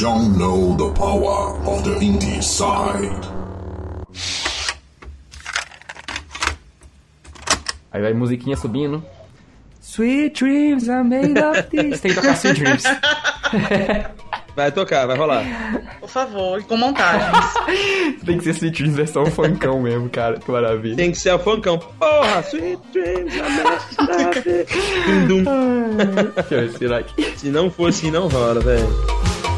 don't know the power of the indie side. Aí vai musiquinha subindo. Sweet dreams are made of this. Tem que tocar Sweet Dreams. Vai tocar, vai rolar. Por favor, com montagens. Tem que ser Sweet Dreams versão funkão mesmo, cara. Que maravilha. Tem que ser a funkão. Porra, Sweet dreams are made of this. Dum, dum. Deixa eu ver se aqui. Se não for assim, não rola, velho.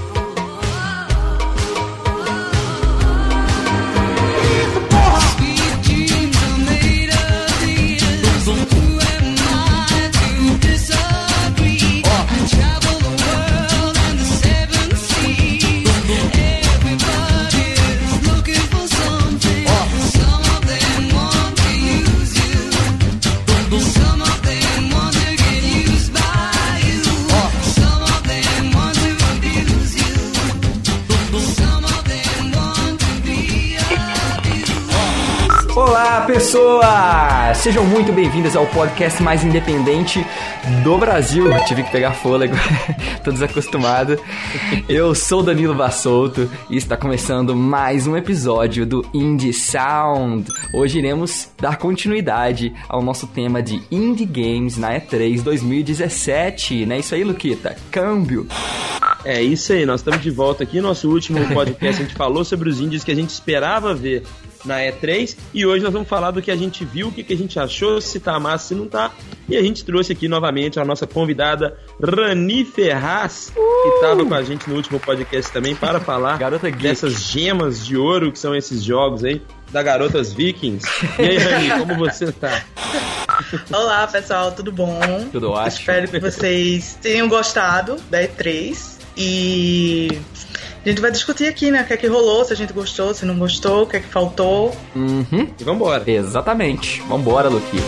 Olá, pessoas! Sejam muito bem-vindas ao podcast mais independente do Brasil. Tive que pegar fôlego, tô desacostumado. Eu sou Danilo Bassolto e está começando mais um episódio do Indie Sound. Hoje iremos dar continuidade ao nosso tema de Indie Games na E3 2017. Não é isso aí, Luquita? Câmbio! É isso aí, nós estamos de volta aqui. Nosso último podcast a gente falou sobre os indies que a gente esperava ver na E3, e hoje nós vamos falar do que a gente viu, o que a gente achou, se tá massa, se não tá. E a gente trouxe aqui novamente a nossa convidada Rani Ferraz, que estava com a gente no último podcast também, para falar dessas gemas de ouro que são esses jogos aí, da Garotas Vikings. E aí, Rani, como você tá? Olá, pessoal, tudo bom? Tudo ótimo. Espero que vocês tenham gostado da E3 e a gente vai discutir aqui, né, o que é que rolou, se a gente gostou, se não gostou, o que é que faltou. E vambora. Exatamente. Vambora, Luquita.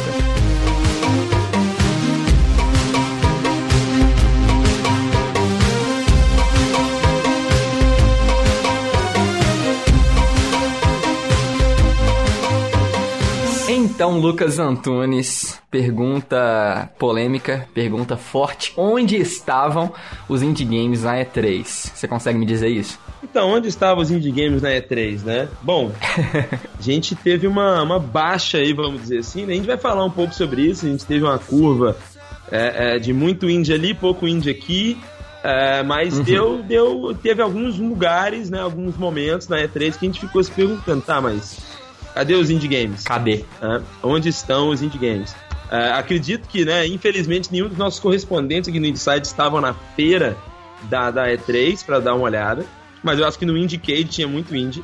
Então, Lucas Antunes, pergunta polêmica, pergunta forte. Onde estavam os indie games na E3? Você consegue me dizer isso? Então, onde estavam os indie games na E3, né? Bom, a gente teve uma baixa aí, vamos dizer assim, né? A gente vai falar um pouco sobre isso. A gente teve uma curva de muito indie ali, pouco indie aqui. Mas teve alguns lugares, né? Alguns momentos na E3 que a gente ficou se perguntando, tá, mas cadê os indie games? Cadê? Onde estão os indie games? Acredito que, né, infelizmente, nenhum dos nossos correspondentes aqui no Inside estavam na feira da E3 para dar uma olhada. Mas eu acho que no Indiecade tinha muito indie.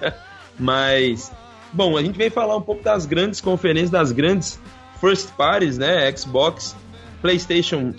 Mas, bom, a gente vem falar um pouco das grandes conferências, das grandes first parties, né? Xbox, PlayStation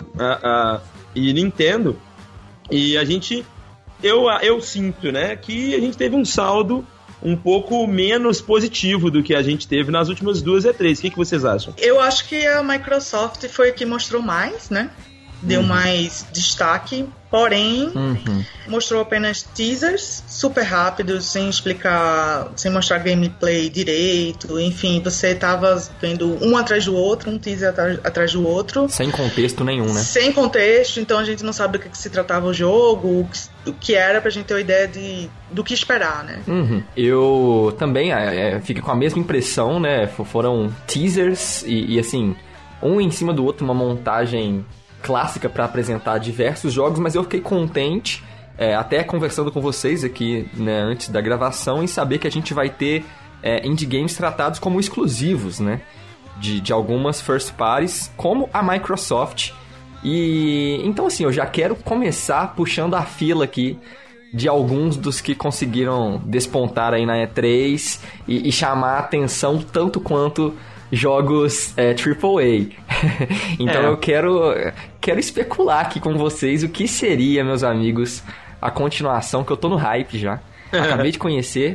e Nintendo. E a gente, eu sinto, né, que a gente teve um saldo um pouco menos positivo do que a gente teve nas últimas duas E3. O que vocês acham? Eu acho que a Microsoft foi a que mostrou mais, né? Deu mais destaque, porém mostrou apenas teasers super rápidos, sem explicar, sem mostrar gameplay direito. Enfim, você tava vendo um atrás do outro, um teaser atrás do outro, sem contexto nenhum, né? Sem contexto, então a gente não sabe do que se tratava o jogo, o que era, pra gente ter uma ideia do que esperar, né? Eu também fico com a mesma impressão, né? Foram teasers e assim, um em cima do outro, uma montagem clássica para apresentar diversos jogos, mas eu fiquei contente, até conversando com vocês aqui, né, antes da gravação, em saber que a gente vai ter indie games tratados como exclusivos, né, de algumas first parties, como a Microsoft. E então assim, eu já quero começar puxando a fila aqui de alguns dos que conseguiram despontar aí na E3 e chamar a atenção tanto quanto jogos AAA. Então eu quero especular aqui com vocês o que seria, meus amigos, a continuação, que eu tô no hype já. Acabei de conhecer,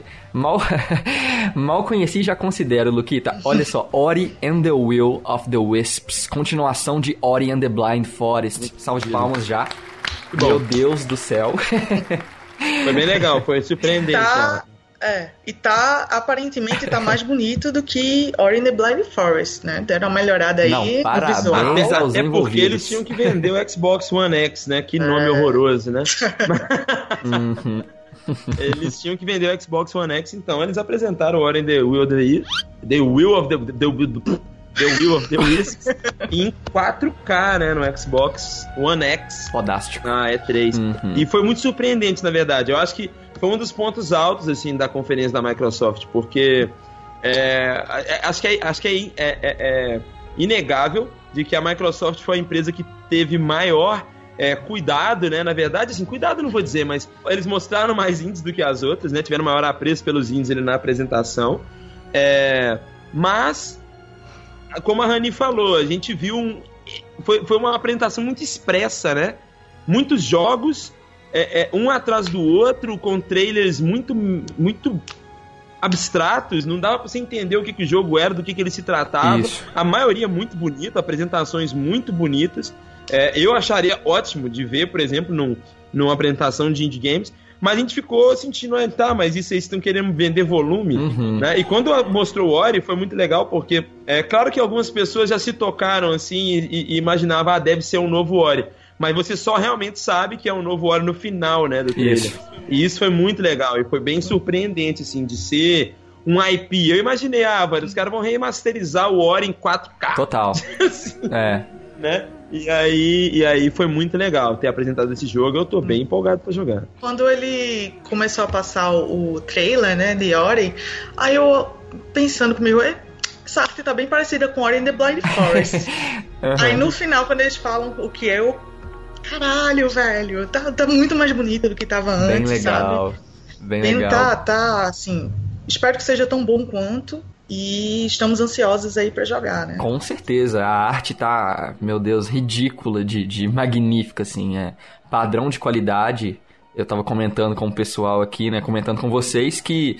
mal conheci e já considero, Luquita. Olha só, Ori and the Will of the Wisps, continuação de Ori and the Blind Forest. Salve de palmas já. Meu Deus do céu. Foi bem legal, foi surpreendente. E aparentemente tá mais bonito do que Ori and the Blind Forest, né? Deram uma melhorada aí no visual. Até porque eles tinham que vender o Xbox One X, né? Que nome horroroso, né? Eles tinham que vender o Xbox One X, então eles apresentaram o Ori and the Will of the Wisps em 4K, né, no Xbox One X. Fodástico. Na E3. E foi muito surpreendente, na verdade. Eu acho que foi um dos pontos altos, assim, da conferência da Microsoft, porque acho que é inegável de que a Microsoft foi a empresa que teve maior cuidado, né? Na verdade, assim, cuidado não vou dizer, mas eles mostraram mais indies do que as outras, né? Tiveram maior apreço pelos indies ali na apresentação. Mas, como a Rani falou, a gente viu foi uma apresentação muito expressa, né? Muitos jogos, um atrás do outro, com trailers muito, muito abstratos, não dava pra você entender o que o jogo era, do que ele se tratava. Isso. A maioria muito bonita, apresentações muito bonitas. Eu acharia ótimo de ver, por exemplo, numa apresentação de indie games, mas a gente ficou sentindo, mas isso aí estão querendo vender volume, né? E quando mostrou o Ori, foi muito legal, porque claro que algumas pessoas já se tocaram assim e imaginavam, deve ser um novo Ori, mas você só realmente sabe que é um novo Ori no final, né, do trailer. Isso. E isso foi muito legal, e foi bem surpreendente, assim, de ser um IP. Eu imaginei, os caras vão remasterizar o Ori em 4K. Total. Assim, né? E aí foi muito legal ter apresentado esse jogo. Eu tô bem empolgado pra jogar. Quando ele começou a passar o trailer, né, de Ori, aí eu pensando comigo, essa arte tá bem parecida com Ori and the Blind Forest. Aí no final, quando eles falam o que caralho, velho, tá muito mais bonita do que tava antes, bem legal, sabe? Bem legal. Tá, assim, espero que seja tão bom quanto. E estamos ansiosos aí pra jogar, né? Com certeza, a arte tá, meu Deus, ridícula de magnífica, assim, padrão de qualidade. Eu tava comentando com o pessoal aqui, né, comentando com vocês que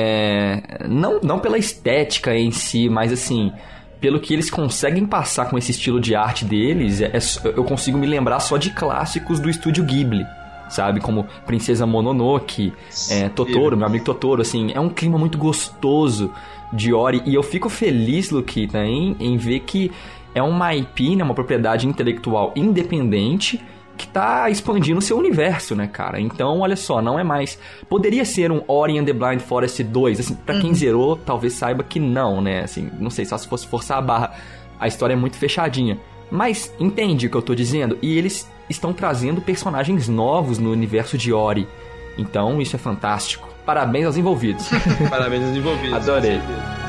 não pela estética em si, mas assim, pelo que eles conseguem passar com esse estilo de arte deles, eu consigo me lembrar só de clássicos do estúdio Ghibli, sabe, como Princesa Mononoke, Totoro, meu amigo Totoro, assim, é um clima muito gostoso de Ori, e eu fico feliz, Luquita, em ver que é uma IP, né, uma propriedade intelectual independente que tá expandindo o seu universo, né, cara? Então, olha só, não é mais... Poderia ser um Ori and the Blind Forest 2, assim, pra quem zerou, talvez saiba que não, né, assim, não sei, só se fosse forçar a barra, a história é muito fechadinha. Mas, entende o que eu tô dizendo? E eles estão trazendo personagens novos no universo de Ori. Então, isso é fantástico. Parabéns aos envolvidos. Parabéns aos envolvidos. Adorei.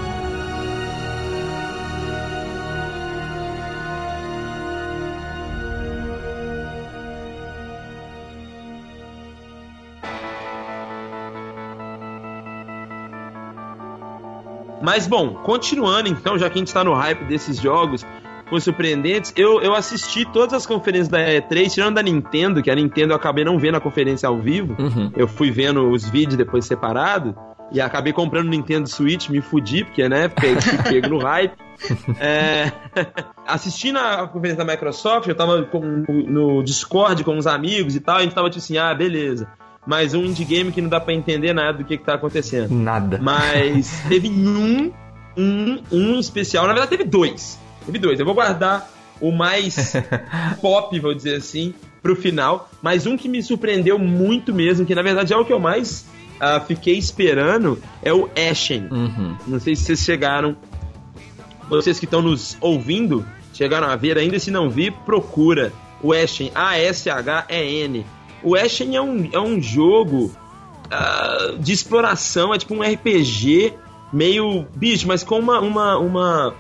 Mas, bom, continuando então, já que a gente tá no hype desses jogos surpreendentes, eu assisti todas as conferências da E3, tirando da Nintendo, que a Nintendo eu acabei não vendo a conferência ao vivo, eu fui vendo os vídeos depois separado, e acabei comprando o Nintendo Switch, me fudi, porque, né, pego no hype. Assistindo a conferência da Microsoft, eu tava no Discord com uns amigos e tal, a gente tava tipo assim, beleza, mais um indie game que não dá pra entender nada do que tá acontecendo. Nada. Mas teve um especial, na verdade teve dois. Eu vou guardar o mais pop, vou dizer assim, pro final. Mas um que me surpreendeu muito mesmo, que na verdade é o que eu mais fiquei esperando, é o Ashen. Não sei se vocês chegaram, vocês que estão nos ouvindo, chegaram a ver, ainda se não vi, procura o Ashen, A-S-H-E-N. O Ashen é um jogo de exploração, é tipo um RPG meio bicho, mas com uma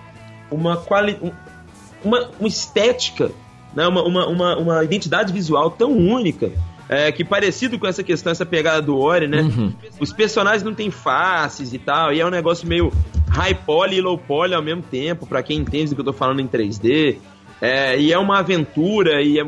estética, né? uma identidade visual tão única, que parecido com essa questão, essa pegada do Ori, né? Os personagens não têm faces e tal, e é um negócio meio high poly e low poly ao mesmo tempo, pra quem entende do que eu tô falando em 3D, e é uma aventura, e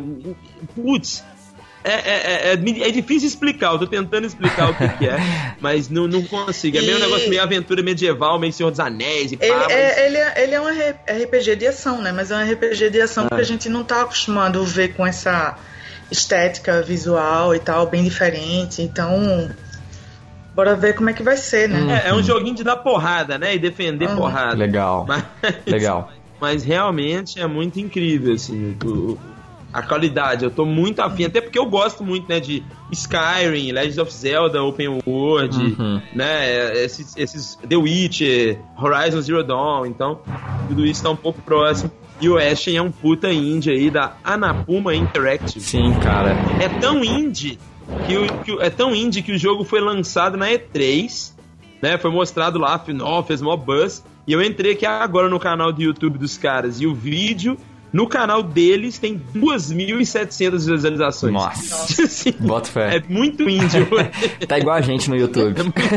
é difícil explicar, eu tô tentando explicar o que é, mas não consigo. É meio um negócio meio aventura medieval, meio Senhor dos Anéis e pá. Ele é um RPG de ação, né? Mas é um RPG de ação que a gente não tá acostumado a ver com essa estética visual e tal, bem diferente. Então, Bora ver como é que vai ser, né? É um joguinho de dar porrada, né? E defender porrada. Legal. Legal. Mas realmente é muito incrível, assim, a qualidade. Eu tô muito afim, até porque eu gosto muito, né, de Skyrim, Legend of Zelda, Open World, né, esses The Witcher, Horizon Zero Dawn, então tudo isso tá um pouco próximo. E o Ashen é um puta indie aí da Anapuma Interactive. Sim, cara. É tão indie que o jogo foi lançado na E3, né, foi mostrado lá, afinal, fez mó buzz, e eu entrei aqui agora no canal do YouTube dos caras, e o vídeo no canal deles tem 2.700 visualizações. Nossa. Assim, Bota fé. é muito índio. Tá igual a gente no YouTube.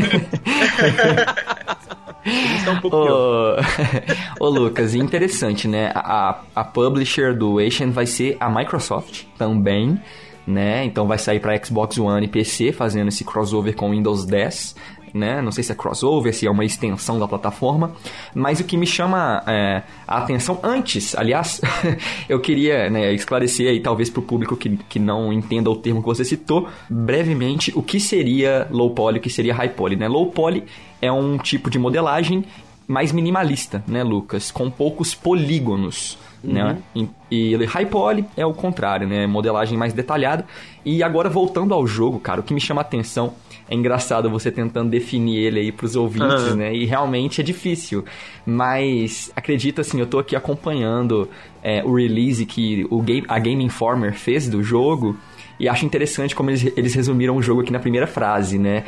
Eles estão um pouco pior. Ô Lucas, interessante, né? A publisher do Ashen vai ser a Microsoft também, né? Então vai sair para Xbox One e PC, fazendo esse crossover com Windows 10, né? Não sei se é crossover, se é uma extensão da plataforma, mas o que me chama a atenção antes, aliás, eu queria, né, esclarecer aí talvez para o público que não entenda o termo que você citou, brevemente, o que seria low poly, o que seria high poly, né? Low poly é um tipo de modelagem mais minimalista, né, Lucas? Com poucos polígonos, né? E high poly é o contrário, né? Modelagem mais detalhada. E agora, voltando ao jogo, cara, o que me chama a atenção, é engraçado você tentando definir ele aí pros ouvintes, né? E realmente é difícil. Mas, acredita assim, eu tô aqui acompanhando o release que a Game Informer fez do jogo. E acho interessante como eles resumiram o jogo aqui na primeira frase, né?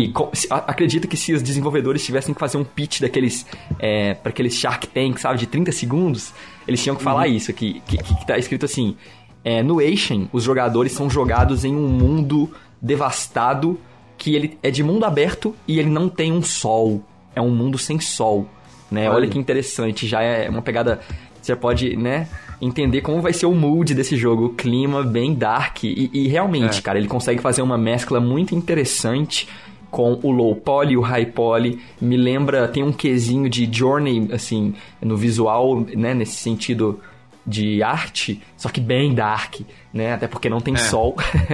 Acredito que se os desenvolvedores tivessem que fazer um pitch daqueles para aqueles Shark Tank, sabe, de 30 segundos, eles tinham que falar isso, que tá escrito assim: no Ashen, os jogadores são jogados em um mundo devastado, que ele é de mundo aberto e ele não tem um sol. É um mundo sem sol, né? Olha que interessante, já é uma pegada... Você pode, né, entender como vai ser o mood desse jogo, o clima bem dark. E realmente, cara, ele consegue fazer uma mescla muito interessante com o low poly e o high poly. Me lembra, tem um quesinho de Journey, assim, no visual, né, nesse sentido de arte, só que bem dark, né, até porque não tem sol.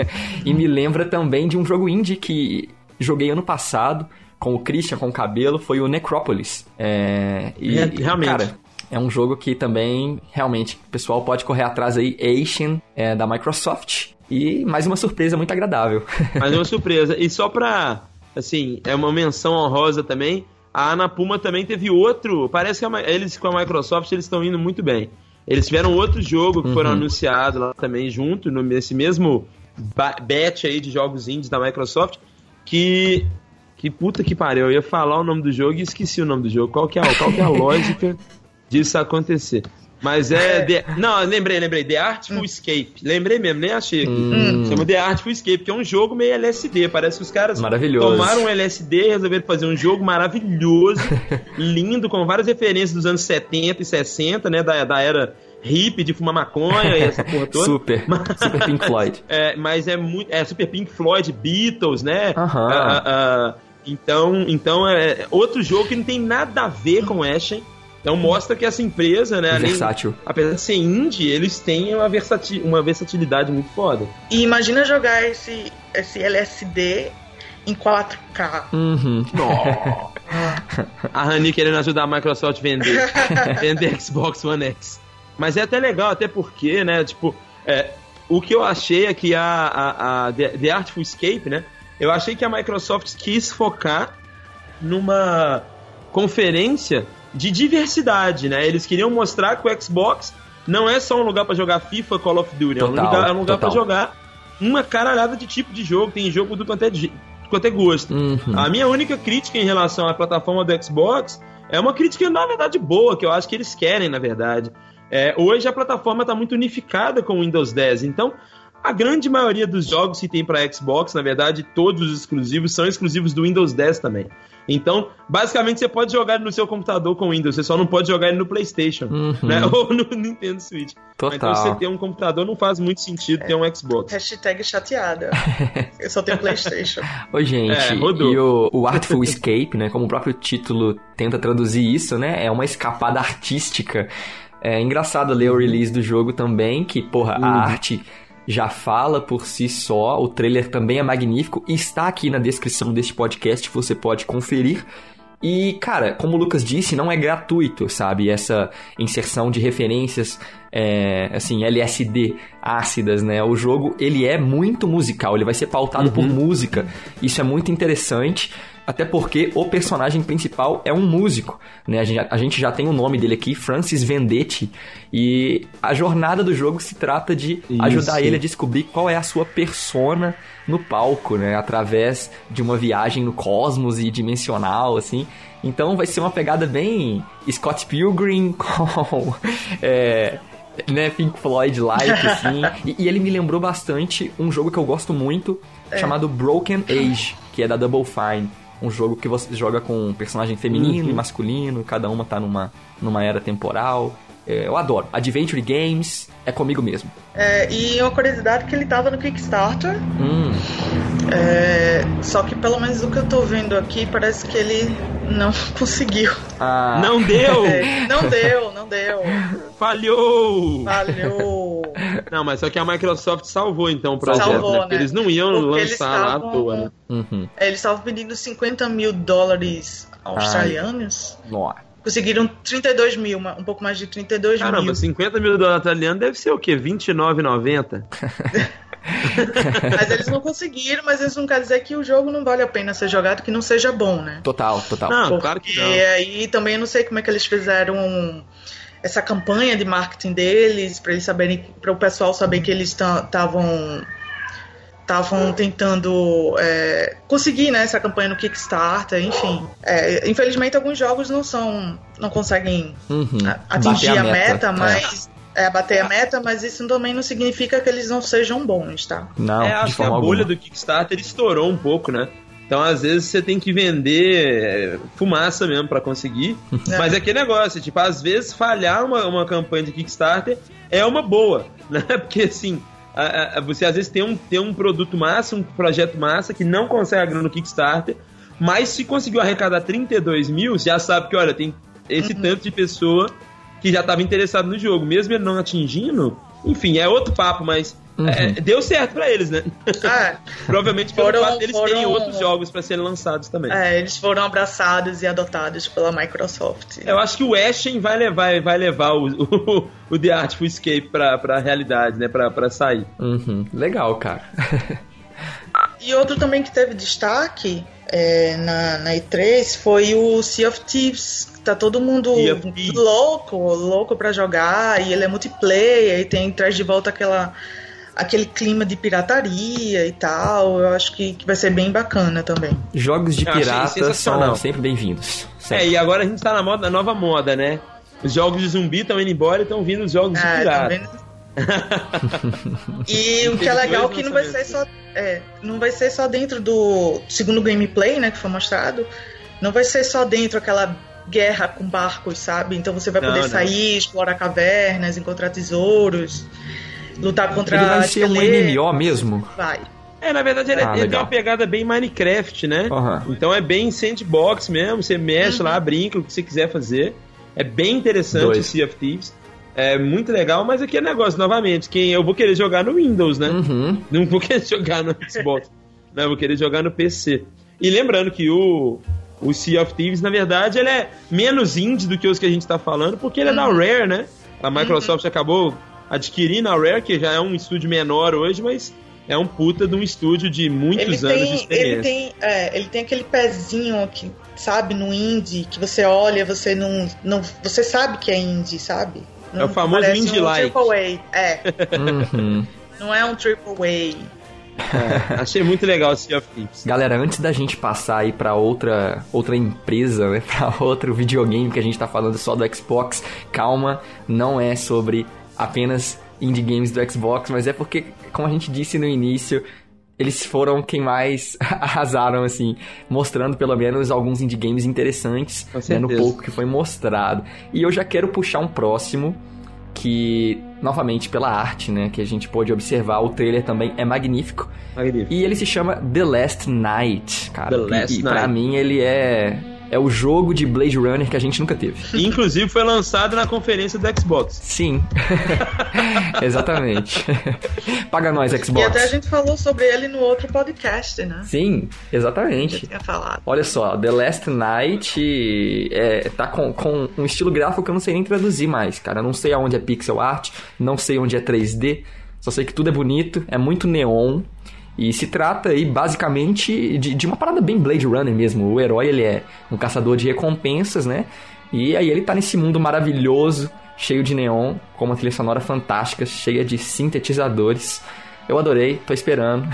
E me lembra também de um jogo indie que joguei ano passado com o Christian, com o cabelo, foi o Necropolis. Realmente. Cara, é um jogo que também, realmente, o pessoal pode correr atrás aí, Ashen, da Microsoft. E mais uma surpresa muito agradável. Mais uma surpresa. E só pra, assim, é uma menção honrosa também, a Anapuma também teve outro, parece que eles com a Microsoft, eles estão indo muito bem. Eles tiveram outro jogo que foram anunciados lá também junto, nesse mesmo batch aí de jogos indies da Microsoft, que puta que pariu, eu ia falar o nome do jogo e esqueci o nome do jogo. Qual que é a lógica disso acontecer? Mas não, lembrei, The Artful Escape. Lembrei mesmo, nem achei aqui. Chama The Artful Escape, que é um jogo meio LSD. Parece que os caras tomaram um LSD e resolveram fazer um jogo maravilhoso, lindo, com várias referências dos anos 70 e 60, né? Da era hippie, de fumar maconha e essa porra toda. Super Pink Floyd. Mas é muito... Super Pink Floyd, Beatles, né? Então é outro jogo que não tem nada a ver com Ashen. Então mostra que essa empresa, né, versátil. Apesar de ser indie, eles têm uma versatilidade muito foda. E imagina jogar esse LSD em 4K. A Rani querendo ajudar a Microsoft a vender Xbox One X. Mas é até legal, até porque, né, tipo, o que eu achei é que The Artful Escape, né, eu achei que a Microsoft quis focar numa conferência de diversidade, né? Eles queriam mostrar que o Xbox não é só um lugar pra jogar FIFA, Call of Duty, é um lugar pra jogar uma caralhada de tipo de jogo, tem jogo do quanto é gosto. A minha única crítica em relação à plataforma do Xbox é uma crítica, na verdade, boa, que eu acho que eles querem, na verdade. Hoje a plataforma tá muito unificada com o Windows 10, então a grande maioria dos jogos que tem pra Xbox, na verdade, todos os exclusivos, são exclusivos do Windows 10 também. Então, basicamente, você pode jogar no seu computador com Windows, você só não pode jogar ele no PlayStation, né? Ou no Nintendo Switch. Total. Então, você ter um computador não faz muito sentido ter um Xbox. Hashtag chateada. Eu só tenho PlayStation. Ô, gente, e o Artful Escape, né? Como o próprio título tenta traduzir isso, né? É uma escapada artística. É engraçado ler o release do jogo também, que, porra, a arte já fala por si só, o trailer também é magnífico, está aqui na descrição deste podcast, você pode conferir. E, cara, como o Lucas disse, não é gratuito, sabe? Essa inserção de referências, assim, LSD ácidas, né? O jogo, ele é muito musical, ele vai ser pautado por música. Isso é muito interessante, até porque o personagem principal é um músico, né? A gente já tem o nome dele aqui, Francis Vendetti, e a jornada do jogo se trata de ajudar ele a descobrir qual é a sua persona no palco, né? Através de uma viagem no cosmos e dimensional, assim. Então vai ser uma pegada bem Scott Pilgrim com né, Pink Floyd-like, assim. E ele me lembrou bastante um jogo que eu gosto muito, chamado Broken Age, que é da Double Fine. Um jogo que você joga com um personagem feminino e masculino, cada uma tá numa era temporal. Eu adoro. Adventure Games é comigo mesmo. E uma curiosidade que ele tava no Kickstarter. Só que pelo menos o que eu tô vendo aqui, parece que ele não conseguiu. Não deu! Não deu. Falhou! Não, mas só que a Microsoft salvou então o projeto, salvou, né? Porque eles não iam lançar lá à toa, né? Eles estavam pedindo $50 mil australianos. Nossa. Conseguiram 32 mil, um pouco mais de 32 mil. Caramba, $50 mil australianos deve ser o quê? R$29,90? Mas eles não conseguiram, mas isso não quer dizer que o jogo não vale a pena ser jogado, que não seja bom, né? Total. Não, claro que não. E aí também eu não sei como é que eles fizeram essa campanha de marketing deles, para eles saberem, para o pessoal saber que eles estavam tentando conseguir, né, essa campanha no Kickstarter, enfim. Infelizmente alguns jogos não conseguem atingir a meta, mas bater a meta, mas isso também não significa que eles não sejam bons, tá? Não, acho que a bolha do Kickstarter estourou um pouco, né? Então, às vezes, você tem que vender fumaça mesmo pra conseguir. Mas é aquele negócio, tipo, às vezes falhar uma campanha de Kickstarter é uma boa, né? Porque, assim, você às vezes tem um produto massa, um projeto massa que não consegue a grana no Kickstarter, mas se conseguiu arrecadar 32 mil, você já sabe que, olha, tem esse tanto de pessoa que já estava interessado no jogo, mesmo ele não atingindo, enfim, é outro papo, mas deu certo pra eles, né? Provavelmente pelo fato deles terem outros jogos pra serem lançados também. Eles foram abraçados e adotados pela Microsoft. Eu acho que o Ashen vai levar o The Artful Escape pra realidade, né? Pra sair. Legal, cara. E outro também que teve destaque na E3 foi o Sea of Thieves. Tá todo mundo louco pra jogar, e ele é multiplayer, e traz de volta aquele clima de pirataria e tal. Eu acho que vai ser bem bacana também. Jogos de pirata são sempre bem-vindos. E agora a gente tá na nova moda, né? Os jogos de zumbi estão indo embora e estão vindo os jogos de pirata. E o que é legal é que não vai ser só dentro do segundo gameplay, né, que foi mostrado. Não vai ser só dentro aquela guerra com barcos, sabe? Então você vai poder sair, explorar cavernas, encontrar tesouros, lutar contra... Ele vai ser um MMO mesmo? Vai. Na verdade ele tem uma pegada bem Minecraft, né? Então é bem sandbox mesmo, você mexe lá, brinca, o que você quiser fazer. É bem interessante o Sea of Thieves. É muito legal, mas aqui é negócio, novamente, eu vou querer jogar no Windows, né? Não vou querer jogar no Xbox. Não, eu vou querer jogar no PC. E lembrando que o Sea of Thieves, na verdade, ele é menos indie do que os que a gente tá falando, porque ele é da Rare, né? A Microsoft acabou adquirindo a Rare, que já é um estúdio menor hoje, mas é um puta de um estúdio de muitos anos de experiência. Ele tem aquele pezinho que, sabe, no indie, que você olha, você não você sabe que é indie, sabe? É o famoso indie-like. Não é um triple A. Achei muito legal o Sea of Thieves. Galera, antes da gente passar aí pra outra empresa, né, pra outro videogame que a gente tá falando só do Xbox, calma, não é sobre apenas indie games do Xbox, mas é porque, como a gente disse no início, eles foram quem mais arrasaram, assim, mostrando pelo menos alguns indie games interessantes, né, no pouco que foi mostrado. E eu já quero puxar um próximo, que, novamente, pela arte, né, que a gente pôde observar, o trailer também é magnífico. E ele se chama The Last Night, cara. Pra mim, ele é é o jogo de Blade Runner que a gente nunca teve. Inclusive foi lançado na conferência do Xbox. Sim. Exatamente. Paga nós, Xbox. E até a gente falou sobre ele no outro podcast, né? Sim, exatamente. Eu tinha falado. Olha só, The Last Night tá com um estilo gráfico que eu não sei nem traduzir mais, cara. Eu não sei aonde é pixel art, não sei onde é 3D, só sei que tudo é bonito, é muito neon. E se trata aí basicamente de uma parada bem Blade Runner mesmo. O herói, ele é um caçador de recompensas, né? E aí ele tá nesse mundo maravilhoso, cheio de neon, com uma trilha sonora fantástica, cheia de sintetizadores. Eu adorei, tô esperando.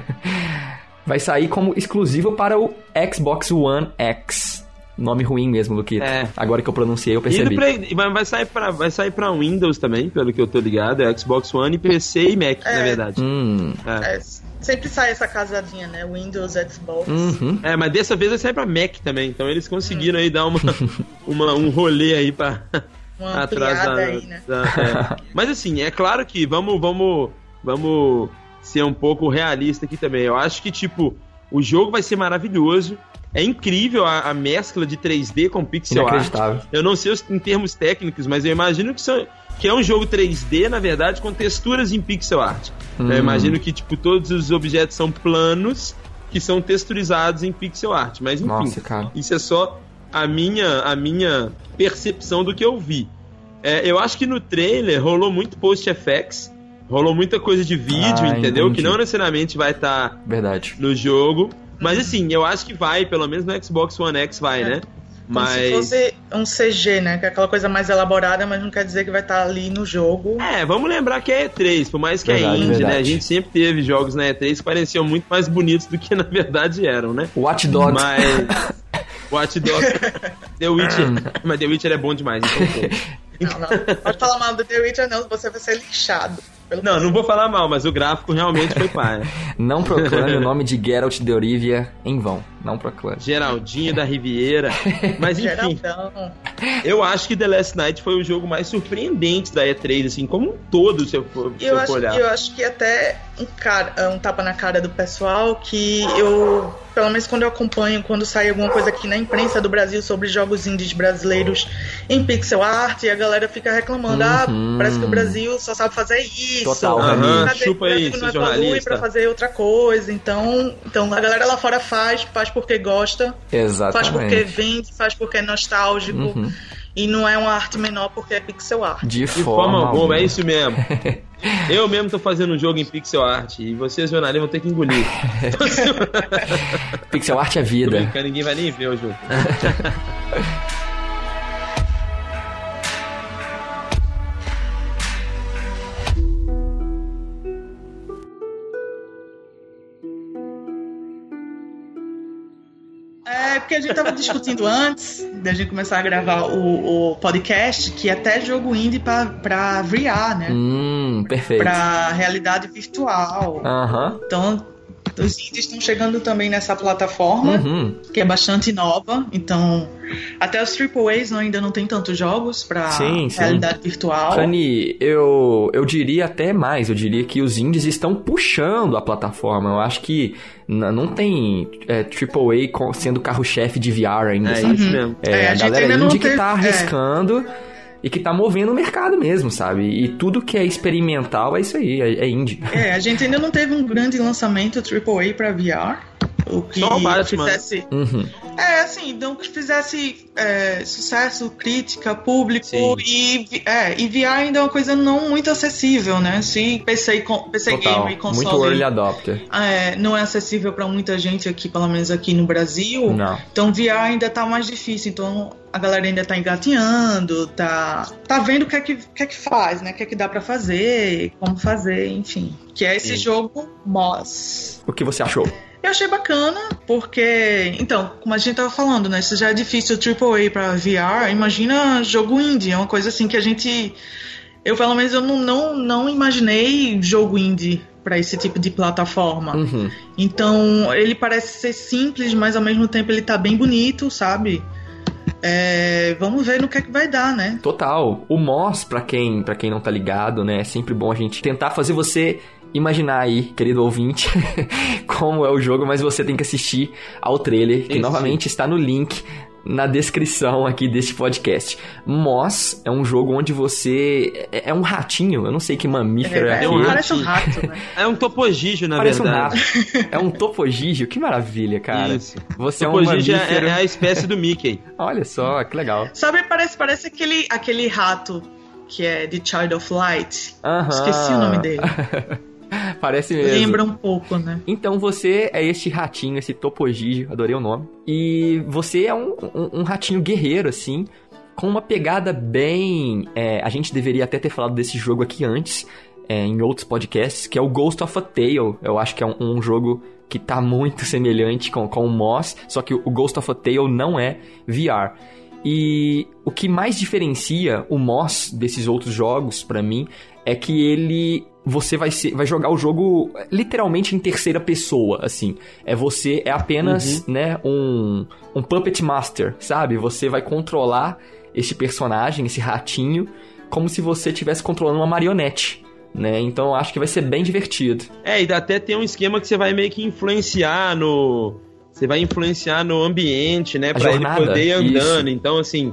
Vai sair como exclusivo para o Xbox One X. Nome ruim mesmo, Luquito. Agora que eu pronunciei, eu percebi. Vai sair pra Windows também, pelo que eu tô ligado. É Xbox One, PC e Mac, na verdade. Sempre sai essa casadinha, né? Windows, Xbox. Mas dessa vez vai sair pra Mac também. Então eles conseguiram aí dar um rolê aí pra... Uma ampliada aí, né? Mas assim, é claro que vamos ser um pouco realista aqui também. Eu acho que, tipo, o jogo vai ser maravilhoso. É incrível a mescla de 3D com pixel art. Eu não sei em termos técnicos, mas eu imagino que é um jogo 3D, na verdade, com texturas em pixel art. Eu imagino que, tipo, todos os objetos são planos que são texturizados em pixel art. Mas, enfim, nossa, cara, isso é só a minha percepção do que eu vi. Eu acho que no trailer rolou muito post-effects, rolou muita coisa de vídeo, entendeu? Entendi. Que não necessariamente vai estar no jogo. Mas assim, eu acho que vai, pelo menos no Xbox One X vai, né? Como se fosse um CG, né? Que é aquela coisa mais elaborada, mas não quer dizer que vai estar ali no jogo. Vamos lembrar que é E3, por mais que é indie, né? A gente sempre teve jogos na E3 que pareciam muito mais bonitos do que na verdade eram, né? Watch Dogs. Watch Dogs. The Witcher. Mas The Witcher é bom demais, então. Não. Pode falar mal do The Witcher, não. Você vai ser lixado. Não vou falar mal, mas o gráfico realmente foi pai. Não proclame o nome de Geralt de Rivia em vão. Não proclame. Geraldinho da Riviera. Mas enfim, eu acho que The Last Night foi o jogo mais surpreendente da E3, assim, como um todo, se eu for olhar. Eu acho que até um tapa na cara do pessoal que eu... Pelo menos quando eu acompanho, quando sai alguma coisa aqui na imprensa do Brasil sobre jogos indies brasileiros em pixel art, e a galera fica reclamando, parece que o Brasil só sabe fazer isso. Total. Chupa aí, seu jornalista. Pra fazer outra coisa. Então a galera lá fora faz porque gosta. Exatamente. Faz porque vende, faz porque é nostálgico. E não é uma arte menor porque é pixel art. De forma alguma, é isso mesmo. Eu mesmo tô fazendo um jogo em pixel art e vocês, jornalistas, vão ter que engolir. Pixel art é vida. Ninguém vai nem ver o jogo. Porque a gente tava discutindo antes da gente começar a gravar o podcast que até jogo indie pra VR, né? Perfeito. Pra realidade virtual. Então, os indies estão chegando também nessa plataforma, que é bastante nova. Então, até os AAAs ainda não tem tantos jogos pra realidade virtual. Rani, eu diria até mais. Eu diria que os indies estão puxando a plataforma. Eu acho que não tem AAA sendo carro-chefe de VR ainda, sabe? Isso mesmo. A galera indie que tá arriscando e que tá movendo o mercado mesmo, sabe? E tudo que é experimental é isso aí, é indie. A gente ainda não teve um grande lançamento AAA pra VR. O que só o Batman. Fizesse... então que fizesse sucesso, crítica, público. E VR ainda é uma coisa não muito acessível, né? Se PC Gamer e console... muito early adopter. Não é acessível pra muita gente aqui, pelo menos aqui no Brasil. Não. Então VR ainda tá mais difícil. Então a galera ainda tá engatinhando, tá vendo o que é que faz, né? O que é que dá pra fazer, como fazer, enfim. Que é esse jogo Moss. O que você achou? Eu achei bacana, porque... Então, como a gente tava falando, né? Se já é difícil AAA pra VR, imagina jogo indie. É uma coisa assim que a gente... Eu, pelo menos, eu não imaginei jogo indie pra esse tipo de plataforma. Então, ele parece ser simples, mas ao mesmo tempo ele tá bem bonito, sabe? Vamos ver no que é que vai dar, né? Total. O Moss, pra quem não tá ligado, né? É sempre bom a gente tentar fazer você imaginar aí, querido ouvinte, como é o jogo, mas você tem que assistir ao trailer, que novamente está no link na descrição aqui deste podcast. Moss é um jogo onde você... É um ratinho, eu não sei que mamífero é aquele. Parece um rato, né? É um topogígio, na Parece verdade. um rato. É um topogígio, que maravilha, cara. Isso. Você Topogígio é um mamífero. é a espécie do Mickey. Olha só, que legal. Sabe, parece aquele rato que é de Child of Light. Aham. Esqueci o nome dele. Parece mesmo. Lembra um pouco, né? Então você é este ratinho, esse topogígio, adorei o nome. E você é um ratinho guerreiro, assim, com uma pegada bem... a gente deveria até ter falado desse jogo aqui antes, em outros podcasts, que é o Ghost of a Tale. Eu acho que é um jogo que tá muito semelhante com o Moss, só que o Ghost of a Tale não é VR. E o que mais diferencia o Moss desses outros jogos, pra mim, é que você vai jogar o jogo literalmente em terceira pessoa, assim. Você é apenas, né, um Puppet Master, sabe? Você vai controlar esse personagem, esse ratinho, como se você estivesse controlando uma marionete, né? Então eu acho que vai ser bem divertido. E até tem um esquema que você vai meio que influenciar no... Você vai influenciar no ambiente, né? Pra ele poder ir andando. Isso. Então, assim...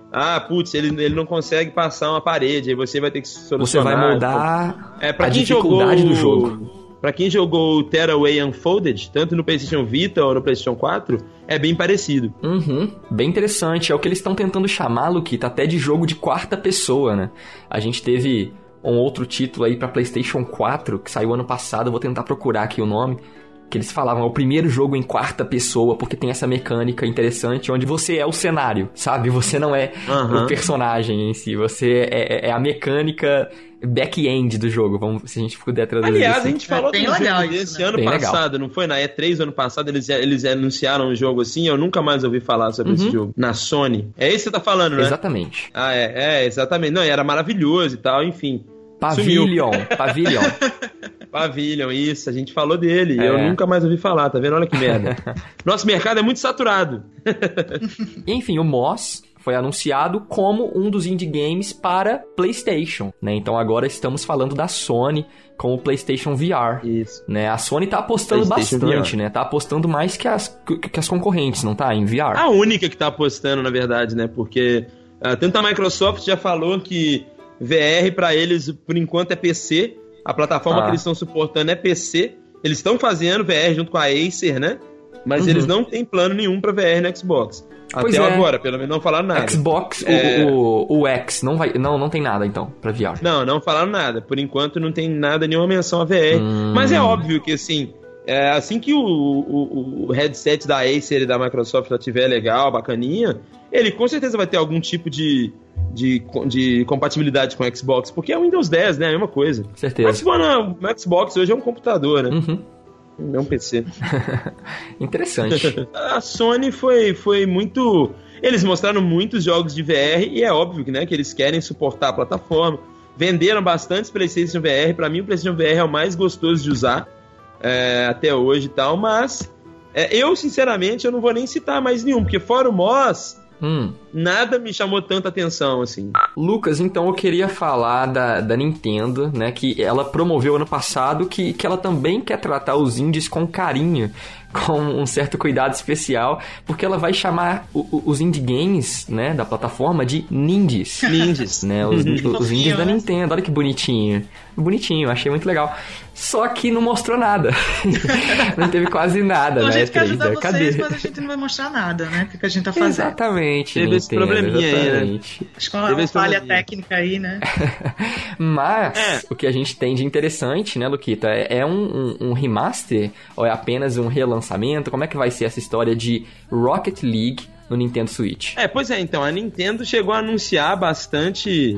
ele não consegue passar uma parede, aí você vai ter que solucionar. Você vai mudar pra a quem dificuldade do jogo. Pra quem jogou o Tearaway Unfolded, tanto no PlayStation Vita ou no PlayStation 4, é bem parecido. Bem interessante. É o que eles estão tentando chamar, Luquita, até de jogo de quarta pessoa, né? A gente teve um outro título aí pra PlayStation 4, que saiu ano passado, eu vou tentar procurar aqui o nome, que eles falavam, é o primeiro jogo em quarta pessoa, porque tem essa mecânica interessante, onde você é o cenário, sabe? Você não é o personagem em si, você é a mecânica back-end do jogo, se a gente puder traduzir. Aliás, assim. a gente falou do jogo desse ano passado, não foi? Na E3 do ano passado, eles anunciaram um jogo assim, eu nunca mais ouvi falar sobre esse jogo. Na Sony. É isso que você tá falando, né? Exatamente. Exatamente. Não, era maravilhoso e tal, enfim. Pavilion. Pavilion, isso, a gente falou dele. Eu nunca mais ouvi falar, tá vendo? Olha que merda. Nosso mercado é muito saturado. Enfim, o Moss foi anunciado como um dos indie games para PlayStation, né? Então agora estamos falando da Sony com o PlayStation VR. Isso. Né? A Sony tá apostando bastante, VR. Né? Tá apostando mais que as concorrentes, não tá? Em VR. A única que tá apostando, na verdade, né? Porque tanto a Microsoft já falou que VR pra eles, por enquanto, é PC. A plataforma que eles estão suportando é PC. Eles estão fazendo VR junto com a Acer, né? Mas eles não têm plano nenhum pra VR no Xbox. Até agora, pelo menos não falaram nada. Xbox, o X, não tem nada, então, pra VR. Não falaram nada. Por enquanto não tem nada, nenhuma menção a VR. Mas é óbvio que, assim que o headset da Acer e da Microsoft estiver legal, bacaninha, ele com certeza vai ter algum tipo de compatibilidade com o Xbox, porque é o Windows 10, né? É a mesma coisa. Certeza. Mas o Xbox hoje é um computador, né? É um PC. Interessante. A Sony foi muito... Eles mostraram muitos jogos de VR e é óbvio que, né, que eles querem suportar a plataforma. Venderam bastantes PlayStation VR. Pra mim, o PlayStation VR é o mais gostoso de usar até hoje e tal, mas eu, sinceramente, eu não vou nem citar mais nenhum, porque fora o Moss... nada me chamou tanta atenção, assim. Lucas, então eu queria falar da Nintendo, né, que ela promoveu ano passado que ela também quer tratar os indies com carinho, com um certo cuidado especial, porque ela vai chamar os indie games, né, da plataforma de Nindies. Nindies. Né, os indies da Nintendo, olha que bonitinho. Bonitinho, achei muito legal. Só que não mostrou nada. Não teve quase nada, então, né? A gente quer ajudar vocês, mas a gente não vai mostrar nada, né? O que a gente tá fazendo. Exatamente. Teve esse probleminha aí, né? Acho que é uma falha técnica aí, né? Mas o que a gente tem de interessante, né, Luquita, é um remaster ou é apenas um relançamento? Como é que vai ser essa história de Rocket League no Nintendo Switch? Pois é, então, a Nintendo chegou a anunciar bastante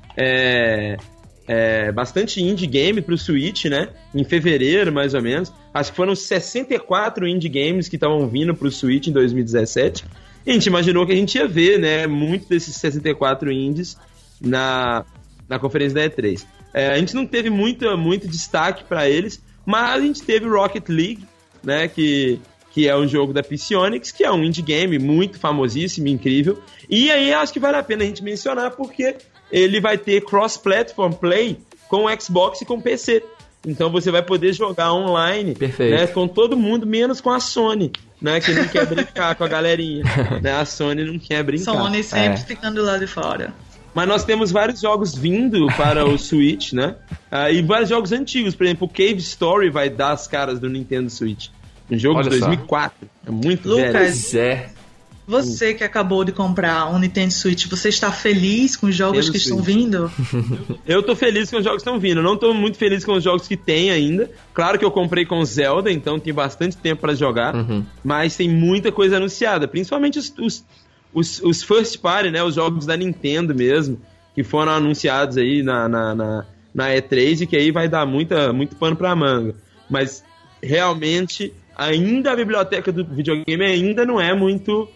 indie game pro Switch, né? Em fevereiro, mais ou menos. Acho que foram 64 indie games que estavam vindo pro Switch em 2017. E a gente imaginou que a gente ia ver, né? Muitos desses 64 indies na conferência da E3. A gente não teve muito destaque para eles, mas a gente teve Rocket League, né? Que é um jogo da Psyonix, que é um indie game muito famosíssimo, incrível. E aí acho que vale a pena a gente mencionar, porque ele vai ter cross-platform play com o Xbox e com o PC. Então você vai poder jogar online, Perfeito. né, com todo mundo, menos com a Sony, né, que não quer brincar com a galerinha. Né, a Sony não quer brincar. Sony sempre ficando lá de fora. Mas nós temos vários jogos vindo para o Switch, né? E vários jogos antigos. Por exemplo, o Cave Story vai dar as caras do Nintendo Switch. Um jogo de 2004. É muito Lucas, velho. Pois é. Você que acabou de comprar um Nintendo Switch, você está feliz com os jogos que estão vindo? Eu tô feliz com os jogos que estão vindo. Eu não tô muito feliz com os jogos que tem ainda. Claro que eu comprei com Zelda, então tem bastante tempo para jogar. Mas tem muita coisa anunciada. Principalmente os first party, né? Os jogos da Nintendo mesmo, que foram anunciados aí na E3 e que aí vai dar muito pano pra manga. Mas realmente ainda a biblioteca do videogame ainda não é muito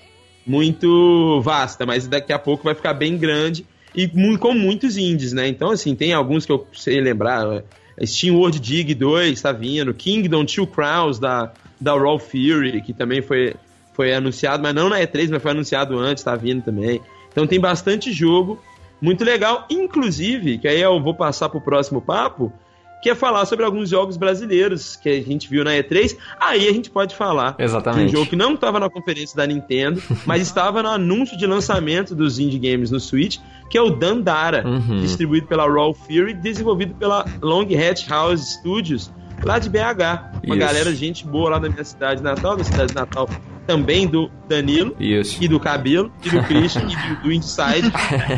vasta, mas daqui a pouco vai ficar bem grande e com muitos indies, né? Então, assim, tem alguns que eu sei lembrar. Steam World Dig 2 tá vindo, Kingdom Two Crowns da Raw Fury, que também foi anunciado, mas não na E3, mas foi anunciado antes, tá vindo também. Então tem bastante jogo, muito legal, inclusive, que aí eu vou passar pro próximo papo, que é falar sobre alguns jogos brasileiros que a gente viu na E3. Aí a gente pode falar Exatamente. de um jogo que não estava na conferência da Nintendo, mas estava no anúncio de lançamento dos indie games no Switch, que é o Dandara, distribuído pela Raw Fury, desenvolvido pela Long Hatch House Studios, lá de BH. Uma galera, gente boa lá da minha cidade natal, da cidade natal também do Danilo, e do Cabelo, e do Christian, e do Inside.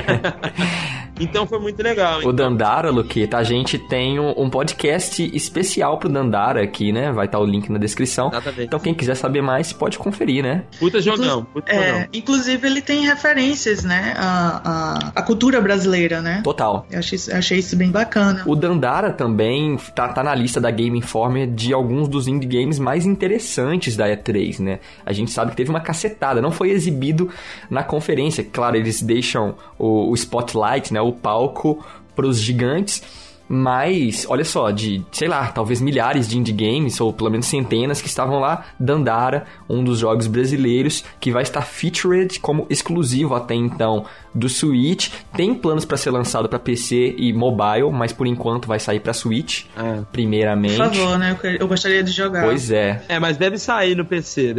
Então foi muito legal. O Dandara, Luqueta, a gente tem um podcast especial pro Dandara aqui, né? Vai estar o link na descrição. Exatamente. Então quem quiser saber mais, pode conferir, né? Puta jogão. Inclusive ele tem referências, né? A cultura brasileira, né? Total. Eu achei isso bem bacana. O Dandara também tá na lista da Game Informer de alguns dos indie games mais interessantes da E3, né? A gente sabe que teve uma cacetada, não foi exibido na conferência. Claro, eles deixam o spotlight, né? O palco pros gigantes, mas olha só, sei lá, talvez milhares de indie games, ou pelo menos centenas que estavam lá. Dandara, um dos jogos brasileiros que vai estar featured como exclusivo até então do Switch. Tem planos para ser lançado para PC e mobile, mas por enquanto vai sair para Switch, primeiramente. Por favor, né? Eu gostaria de jogar. Pois é. Mas deve sair no PC,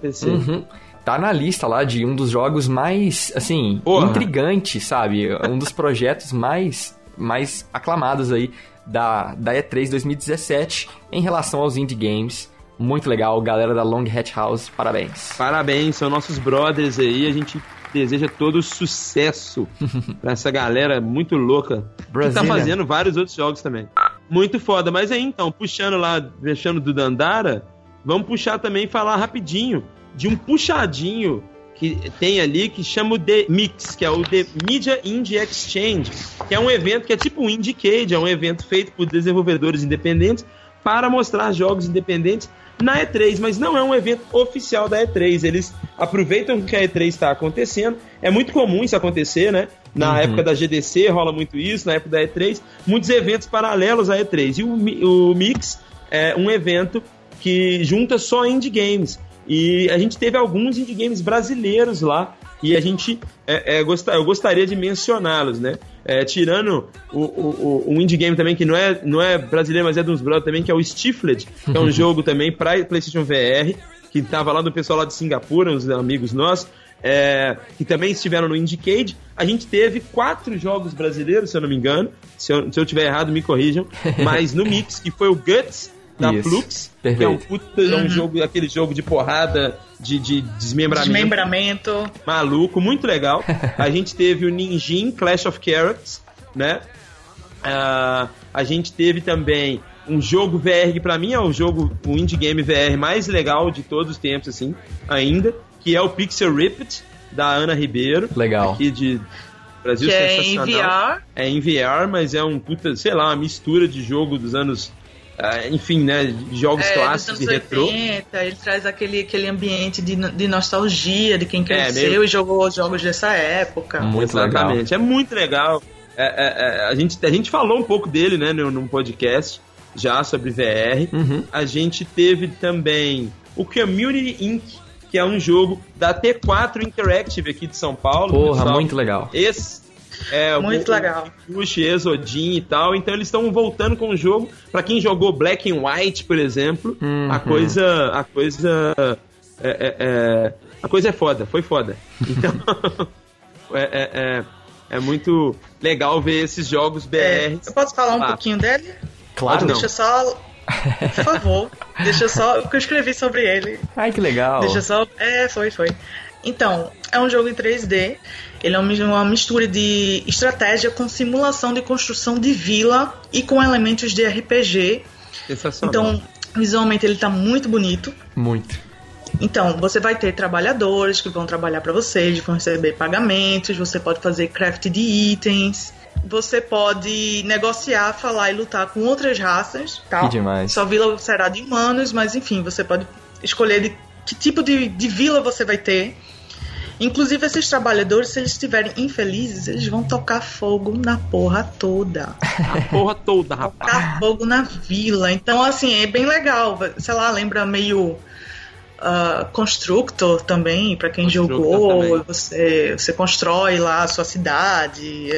Tá na lista lá de um dos jogos mais, assim, intrigantes, sabe? Um dos projetos mais aclamados aí da E3 2017 em relação aos indie games. Muito legal, galera da Long Hatch House, parabéns. Parabéns, são nossos brothers aí, a gente deseja todo sucesso pra essa galera muito louca que tá fazendo vários outros jogos também. Muito foda, mas aí então, deixando do Dandara, vamos puxar também e falar rapidinho de um puxadinho que tem ali, que chama o The Mix, que é o The Media Indie Exchange, que é um evento que é tipo um Indiecade, é um evento feito por desenvolvedores independentes para mostrar jogos independentes na E3, mas não é um evento oficial da E3. Eles aproveitam que a E3 está acontecendo, é muito comum isso acontecer, né? Na época da GDC rola muito isso, na época da E3, muitos eventos paralelos à E3, e o Mix é um evento que junta só indie games. E a gente teve alguns indie games brasileiros lá, e a gente eu gostaria de mencioná-los, né? Tirando um indie game também que não é brasileiro, mas é de uns brothers também, que é o Stifled, que é um jogo também para PlayStation VR, que tava lá do pessoal lá de Singapura, uns amigos nossos, que também estiveram no Indiecade. A gente teve 4 jogos brasileiros, se eu não me engano, se eu tiver errado me corrijam, mas no Mix, que foi o Guts, da Flux, que é um jogo, aquele jogo de porrada, de desmembramento. Maluco, muito legal. A gente teve o Ninjin Clash of Characters, né? A gente teve também um jogo VR que pra mim é o indie game VR mais legal de todos os tempos, assim, ainda, que é o Pixel Ripped, da Ana Ribeiro. Legal. Aqui de Brasil, que sensacional. É em VR. É em VR, mas é uma mistura de jogo dos anos... enfim, né, de jogos clássicos e retrô. 80, ele traz aquele ambiente de nostalgia de quem cresceu e jogou os jogos dessa época. Muito legal. É muito legal. A gente falou um pouco dele, né, num podcast já sobre VR. A gente teve também o Community Inc., que é um jogo da T4 Interactive aqui de São Paulo. Porra, pessoal. Muito legal. Muito legal. Push, Exodin e tal. Então eles estão voltando com o jogo. Pra quem jogou Black and White, por exemplo, a coisa é foda, foi foda. Então é muito legal ver esses jogos BR. Eu posso falar um pouquinho dele? Claro. Deixa só, por favor, deixa só, porque eu escrevi sobre ele. Ai, que legal. Deixa só, foi. Então, é um jogo em 3D. Ele é uma mistura de estratégia com simulação de construção de vila e com elementos de RPG. Sensacional. Então, visualmente ele tá muito bonito. Muito. Então, você vai ter trabalhadores que vão trabalhar para você, eles vão receber pagamentos, você pode fazer craft de itens, você pode negociar, falar e lutar com outras raças. Tal. Que demais. Sua vila será de humanos, mas enfim, você pode escolher de que tipo de vila você vai ter. Inclusive, esses trabalhadores, se eles estiverem infelizes, eles vão tocar fogo na porra toda. A porra toda, rapaz. Tocar fogo na vila. Então, assim, é bem legal. Sei lá, lembra meio Constructor também, pra quem jogou. Você constrói lá a sua cidade,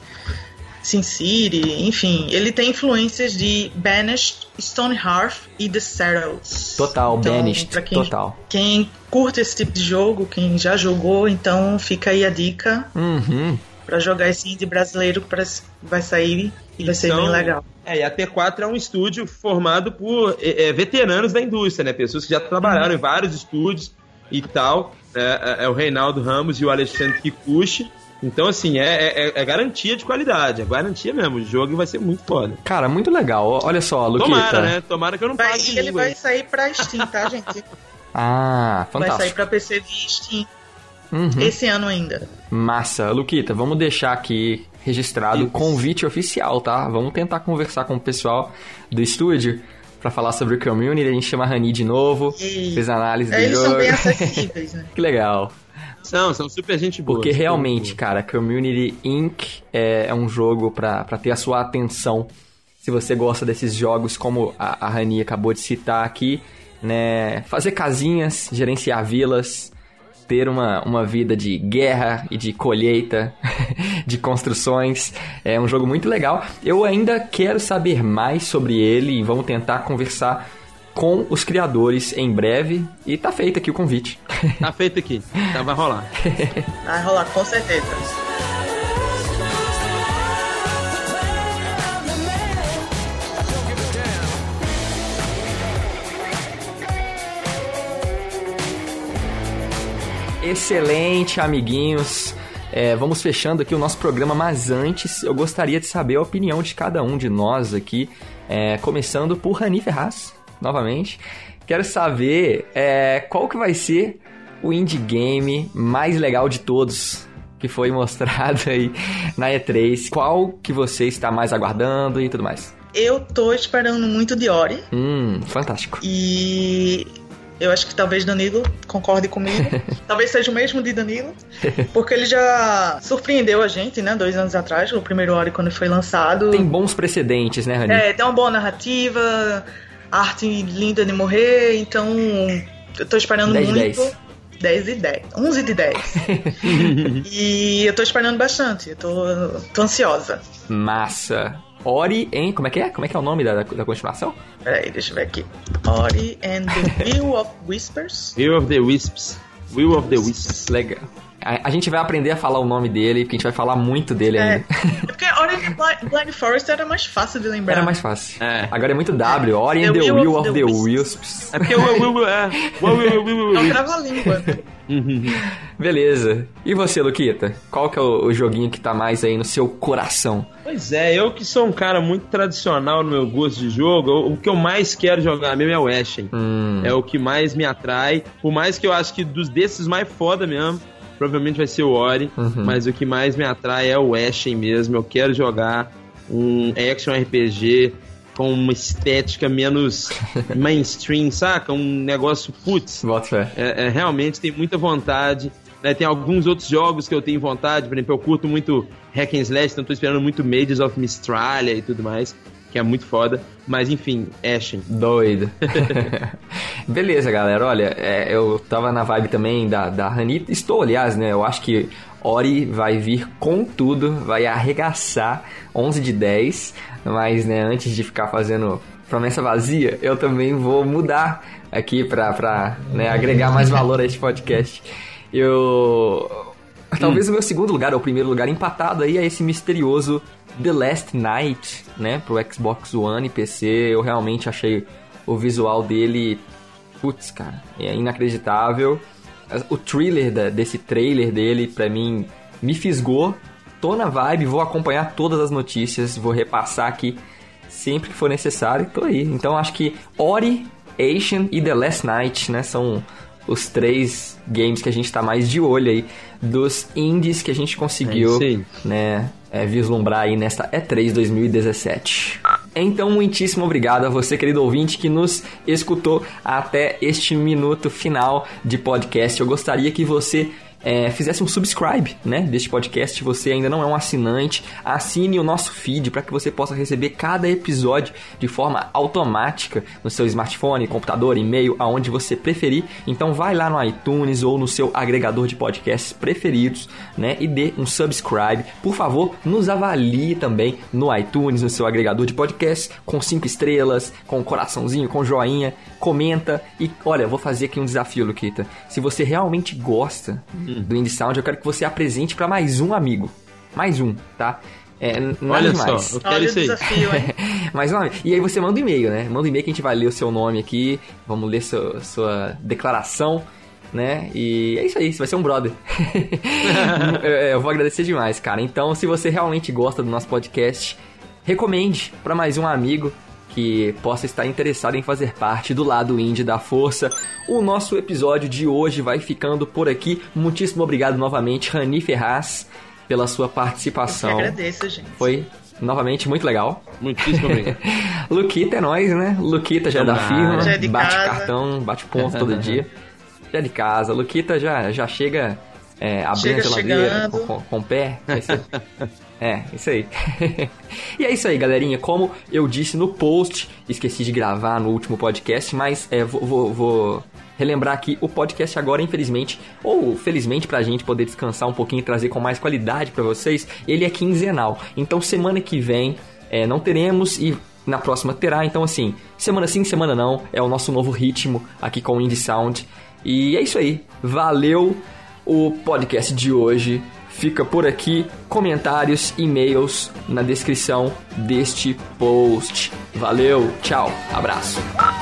SimCity, enfim. Ele tem influências de Banished, Stonehearth e The Settles. Total, então, Banished, total. Quem curte esse tipo de jogo, quem já jogou, então fica aí a dica pra jogar esse indie brasileiro que vai sair e vai ser bem legal. E a T4 é um estúdio formado por veteranos da indústria, né? Pessoas que já trabalharam em vários estúdios e tal. É o Reinaldo Ramos e o Alexandre Kikuchi. Então, assim, é garantia de qualidade. É garantia mesmo. O jogo vai ser muito foda. Cara, muito legal. Olha só, Luquita. Tomara, né? Tomara que eu não pague Ele vai sair pra Steam, tá, gente? Fantástico. Vai sair pra PC de Steam. Esse ano ainda. Massa. Luquita, vamos deixar aqui registrado o convite oficial, tá? Vamos tentar conversar com o pessoal do estúdio pra falar sobre o community. A gente chama a Rani de novo, fez análise do eles jogo. Eles são bem acessíveis, né? Que legal. São super gente boa. Porque realmente, cara, Community Inc. é um jogo pra ter a sua atenção. Se você gosta desses jogos, como a Rani acabou de citar aqui, né? Fazer casinhas, gerenciar vilas, ter uma vida de guerra e de colheita, de construções. É um jogo muito legal. Eu ainda quero saber mais sobre ele e vamos tentar conversar com os criadores em breve. E tá feito aqui o convite. Tá feito aqui. Tá, vai rolar. Vai rolar, com certeza. Excelente, amiguinhos. Vamos fechando aqui o nosso programa, mas antes eu gostaria de saber a opinião de cada um de nós aqui, começando por Rani Ferraz, novamente. Quero saber qual que vai ser o indie game mais legal de todos que foi mostrado aí na E3. Qual que você está mais aguardando e tudo mais? Eu tô esperando muito de Ori. Fantástico. E eu acho que talvez Danilo concorde comigo. Talvez seja o mesmo de Danilo. Porque ele já surpreendeu a gente, né? 2 anos atrás, o primeiro Ori quando foi lançado. Tem bons precedentes, né, Rani? Tem uma boa narrativa, arte linda de morrer. Então, eu tô esperando 10 muito. 10. 10 de 10. 11 de 10. E eu tô esperando bastante. Eu tô ansiosa. Massa. Ori em... Como é que é? Como é que é o nome da continuação? Peraí, deixa eu ver aqui. Ori and the Will of Whispers. Will of the Wisps. Will of the Wisps. Legal. A gente vai aprender a falar o nome dele, porque a gente vai falar muito dele ainda. Porque Ori and the Blind Forest era mais fácil de lembrar. Era mais fácil. Agora é muito W. Ori and the Will of the Wisps. É porque o Will é um trava-língua, né? Beleza. E você, Luquita? Qual que é o joguinho que tá mais aí no seu coração? Pois eu que sou um cara muito tradicional no meu gosto de jogo, o que eu mais quero jogar mesmo é o Ashen. É o que mais me atrai. Por mais que eu acho que desses mais foda mesmo, provavelmente vai ser o Ori, mas o que mais me atrai é o Ashen mesmo. Eu quero jogar um action RPG com uma estética menos mainstream, saca? Um negócio, putz. Bota fé. Realmente tem muita vontade. Né? Tem alguns outros jogos que eu tenho vontade, por exemplo, eu curto muito Hack and Slash, então tô esperando muito Mages of Mistralia e tudo mais, que é muito foda. Mas enfim, Ashen. Doido. Beleza, galera. Olha, eu tava na vibe também da Rani. Estou, aliás, né? Eu acho que Ori vai vir com tudo, vai arregaçar 11 de 10, mas, né, antes de ficar fazendo promessa vazia, eu também vou mudar aqui pra né, agregar mais valor a este podcast. Talvez o meu segundo lugar, ou primeiro lugar, empatado aí é esse misterioso The Last Night, né, pro Xbox One e PC. Eu realmente achei o visual dele, putz, cara, é inacreditável. O thriller desse trailer dele, pra mim, me fisgou. Tô na vibe, vou acompanhar todas as notícias, vou repassar aqui sempre que for necessário, tô aí. Então acho que Ori, Ashen e The Last Night, né, são os 3 games que a gente tá mais de olho aí, dos indies que a gente conseguiu, né, vislumbrar aí nesta E3 2017. Então, muitíssimo obrigado a você, querido ouvinte, que nos escutou até este minuto final de podcast. Eu gostaria que você fizesse um subscribe, né, deste podcast. Se você ainda não é um assinante, assine o nosso feed para que você possa receber cada episódio de forma automática no seu smartphone, computador, e-mail, aonde você preferir. Então vai lá no iTunes ou no seu agregador de podcasts preferidos, né, e dê um subscribe. Por favor, nos avalie também no iTunes, no seu agregador de podcasts, com 5 estrelas, com um coraçãozinho, com joinha, comenta. E olha, eu vou fazer aqui um desafio, Luquita. Se você realmente gosta do Indie Sound, eu quero que você apresente para mais um amigo. Mais um, tá? Olha mais. só, eu quero isso aí. Desafio, hein? Mais um amigo. E aí você manda um e-mail, né? Manda um e-mail que a gente vai ler o seu nome aqui. Vamos ler sua declaração, né? E é isso aí, você vai ser um brother. Eu vou agradecer demais, cara. Então, se você realmente gosta do nosso podcast, recomende para mais um amigo que possa estar interessado em fazer parte do lado indie da força. O nosso episódio de hoje vai ficando por aqui. Muitíssimo obrigado novamente, Rani Ferraz, pela sua participação. Eu que agradeço, gente. Foi novamente muito legal. Muitíssimo obrigado. Luquita é nóis, né? Luquita já é da firma, já é de bate casa. Cartão, bate ponto todo dia. Já é de casa. Luquita já chega abrindo a geladeira com o pé. Isso aí. E é isso aí, galerinha. Como eu disse no post, esqueci de gravar no último podcast, mas vou relembrar aqui, o podcast agora, infelizmente, ou felizmente pra gente poder descansar um pouquinho e trazer com mais qualidade pra vocês, ele é quinzenal. Então semana que vem não teremos e na próxima terá. Então assim, semana sim, semana não, é o nosso novo ritmo aqui com o Indie Sound. E é isso aí. Valeu! O podcast de hoje fica por aqui. Comentários, e-mails na descrição deste post. Valeu, tchau, abraço.